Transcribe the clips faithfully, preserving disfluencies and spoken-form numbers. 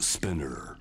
Spinner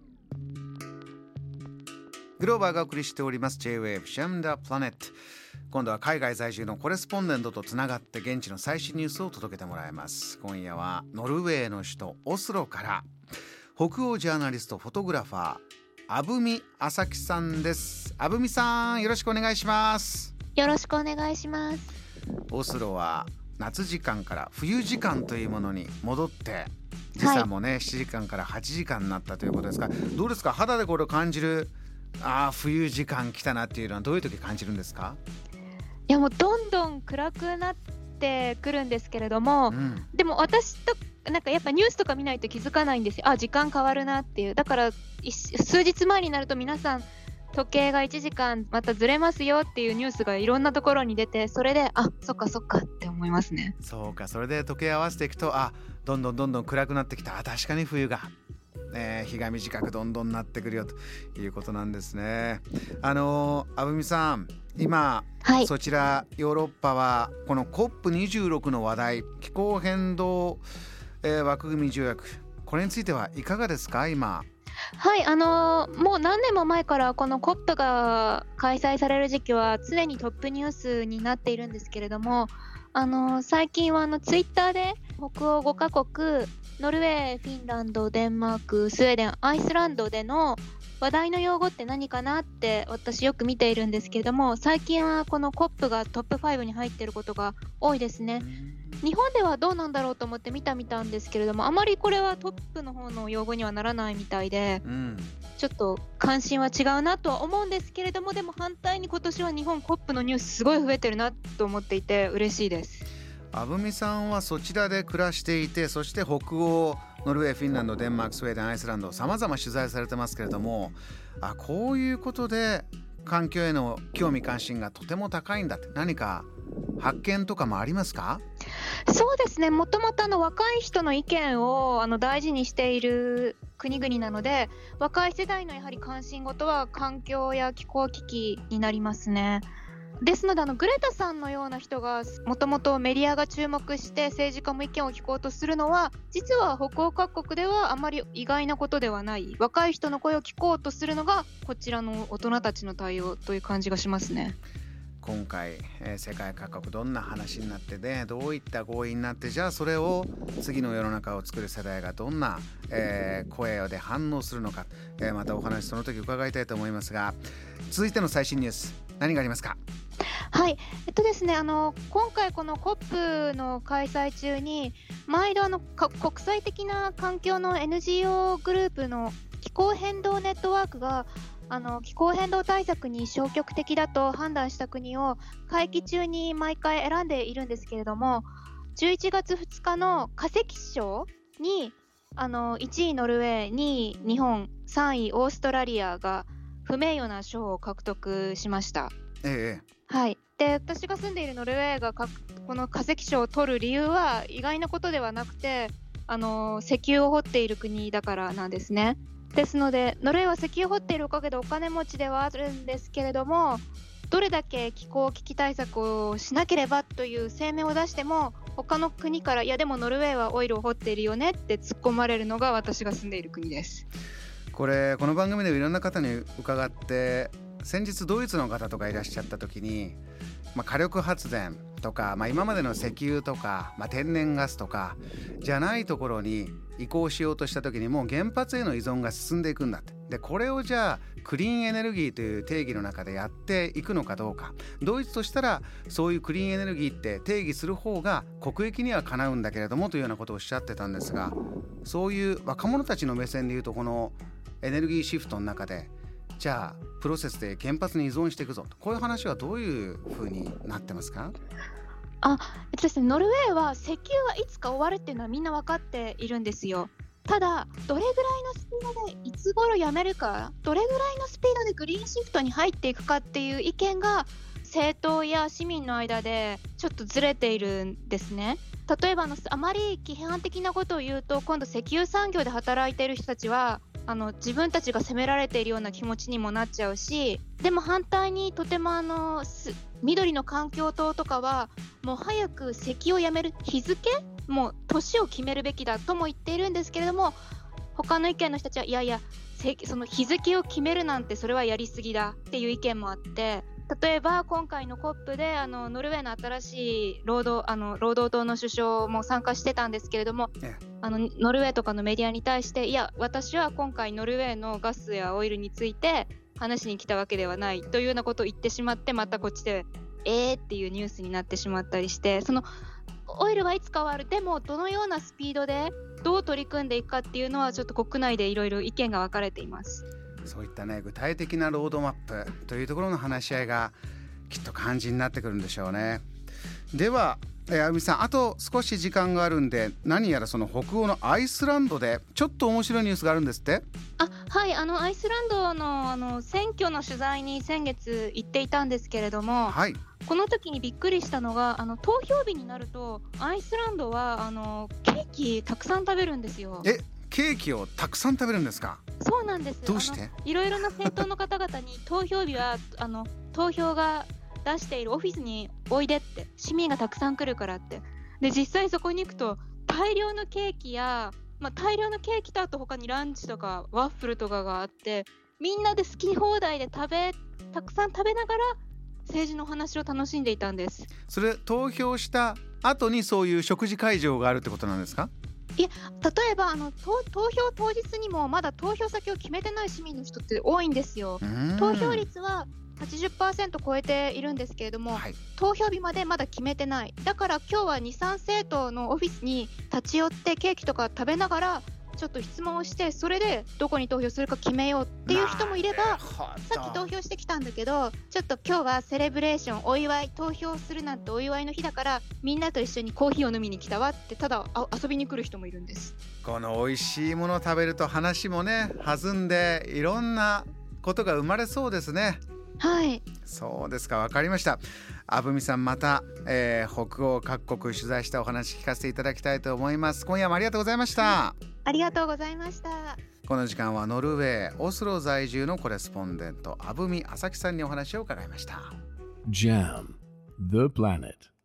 グローバーがお送りしております J-ウェーブ Sham the Planet。 今度は海外在住のコレスポンデントとつながって現地の最新ニュースを届けてもらいます。今夜はノルウェーの首都オスロから北欧ジャーナリストフォトグラファー阿部美朝樹さんです。阿部美さん、よろしくお願いします。 よろしくお願いします。 オスロは夏時間から冬時間というものに戻って時差もね、はい、しちじかんからはちじかんになったということですが、どうですか、肌でこれを感じる、あ冬時間来たなっていうのはどういう時感じるんですか？ いやもうどんどん暗くなってくるんですけれども、うん、でも私となんかやっぱニュースとか見ないと気づかないんですよ。あ、時間変わるなっていう。だから数日前になると皆さん時計がいちじかんまたずれますよっていうニュースがいろんなところに出て、それであ、そっかそっかって思いますね。 そうか、それで時計合わせていくと、あ、どんどんどんどん暗くなってきた、あ、確かに冬が、えー、日が短くどんどんなってくるよということなんですね。あのー、阿部美さん、今、はい、そちらヨーロッパはこの コップにじゅうろく の話題、気候変動、えー、枠組み条約、これについてはいかがですか？今はい、あのー、もう何年も前からこの コップ が開催される時期は常にトップニュースになっているんですけれども、あのー、最近はあのツイッターで北欧ごカ国、ノルウェー、フィンランド、デンマーク、スウェーデン、アイスランドでの話題の用語って何かなって私よく見ているんですけれども、最近はこの コップ がトップファイブに入っていることが多いですね。日本ではどうなんだろうと思って見たみたんですけれども、あまりこれはトップの方の用語にはならないみたいで、うん、ちょっと関心は違うなとは思うんですけれども、でも反対に今年は日本 コップ のニュースすごい増えてるなと思っていて嬉しいです。 阿部美さんはそちらで暮らしていて、そして北欧、ノルウェー、フィンランド、デンマーク、スウェーデン、アイスランド、さまざま取材されてますけれども、あ、こういうことで環境への興味関心がとても高いんだって、何か発見とかもありますか？ そうですね、もともとあの若い人の意見をあの大事にしている国々なので、若い世代のやはり関心事は環境や気候危機になりますね。ですのであのグレタさんのような人がもともとメディアが注目して政治家も意見を聞こうとするのは、実は北欧各国ではあまり意外なことではない、若い人の声を聞こうとするのがこちらの大人たちの対応という感じがしますね。 今回、えー、世界各国どんな話になってね、どういった合意になって、じゃあそれを次の世の中を作る世代がどんな、えー、声で反応するのか、えー、またお話その時伺いたいと思いますが、続いての最新ニュース何がありますか？ はい、えっとですね、あの今回この コップ の開催中に毎度あの国際的な環境の エヌジーオー グループの気候変動ネットワークがあの気候変動対策に消極的だと判断した国を会期中に毎回選んでいるんですけれども、じゅういちがつふつかの化石賞にあのいちいノルウェー、にい日本、さんいオーストラリアが不名誉な賞を獲得しました。 ええ、 はい、で私が住んでいるノルウェーがこの化石賞を取る理由は意外なことではなくて、あの石油を掘っている国だからなんですね。ですのでノルウェーは石油を掘っているおかげでお金持ちではあるんですけれども、どれだけ気候危機対策をしなければという声明を出しても他の国から、いやでもノルウェーはオイルを掘っているよねって突っ込まれるのが私が住んでいる国です。 これこの番組でいろんな方に伺って、先日ドイツの方とかいらっしゃった時に、まあ、火力発電とか、まあ、今までの石油とか、まあ、天然ガスとかじゃないところに移行しようとした時にもう原発への依存が進んでいくんだって。でこれをじゃあクリーンエネルギーという定義の中でやっていくのかどうか、ドイツとしたらそういうクリーンエネルギーって定義する方が国益にはかなうんだけれどもというようなことをおっしゃってたんですが、そういう若者たちの目線でいうと、このエネルギーシフトの中でじゃあプロセスで原発に依存していくぞと、こういう話はどういう風になってますか？ あ、えっとですね、ノルウェーは石油はいつか終わるっていうのはみんな分かっているんですよ。ただどれぐらいのスピードでいつ頃やめるか、どれぐらいのスピードでグリーンシフトに入っていくかっていう意見が政党や市民の間でちょっとずれているんですね。例えばあのあまり批判的なことを言うと、今度石油産業で働いている人たちはあの自分たちが責められているような気持ちにもなっちゃうし、でも反対にとてもあの緑の環境党とかはもう早く石油をやめる日付、もう年を決めるべきだとも言っているんですけれども、 他の意見の人たちはいやいやその日付を決めるなんてそれはやりすぎだっていう意見もあって、例えば今回の コップ であのノルウェーの新しい労働あの労働党の首相も参加してたんですけれども、あのノルウェーとかのメディアに対していや私は今回ノルウェーのガスやオイルについて話しに来たわけではないというようなことを言ってしまって、またこっちでえーっていうニュースになってしまったりして、そのオイルはいつか終わる、でもどのようなスピードでどう取り組んでいくかっていうのはちょっと国内でいろいろ意見が分かれています。 そういったね具体的なロードマップというところの話し合いがきっと肝心になってくるんでしょうね。ではあゆみさん、あと少し時間があるんで、何やらその北欧のアイスランドでちょっと面白いニュースがあるんですって。 あはいあのアイスランド の, あの選挙の取材に先月行っていたんですけれども、 はい、 この時にびっくりしたのがあの投票日になるとアイスランドはあのケーキたくさん食べるんですよ。 えケーキをたくさん食べるんですか？ そうなんです。 どうして？ いろいろな政党の方々に投票日はあの投票が出しているオフィスにおいでって、市民がたくさん来るからって。で実際そこに行くと大量のケーキや、まあ、大量のケーキとあと他にランチとかワッフルとかがあって、みんなで好き放題で食べたくさん食べながら政治の話を楽しんでいたんです。 それ投票した後にそういう食事会場があるってことなんですか？ いや例えばあの投票当日にもまだ投票先を決めてない市民の人って多いんですよ。投票率は はちじゅっパーセント 超えているんですけれども、はい、投票日までまだ決めてない。だから今日はに、さん政党のオフィスに立ち寄ってケーキとか食べながらちょっと質問をして、それでどこに投票するか決めようっていう人もいれば、さっき投票してきたんだけどちょっと今日はセレブレーションお祝い、投票するなんてお祝いの日だからみんなと一緒にコーヒーを飲みに来たわってただ遊びに来る人もいるんです。 この美味しいものを食べると話もね弾んでいろんなことが生まれそうですね。 はい、 そうですか、わかりました。あぶみさん、また、えー、北欧各国取材したお話聞かせていただきたいと思います。今夜もありがとうございました。 ありがとうございました。 この時間はノルウェーオスロ在住のコレスポンデントあぶみあさきさんにお話を伺いました。 ジャム The Planet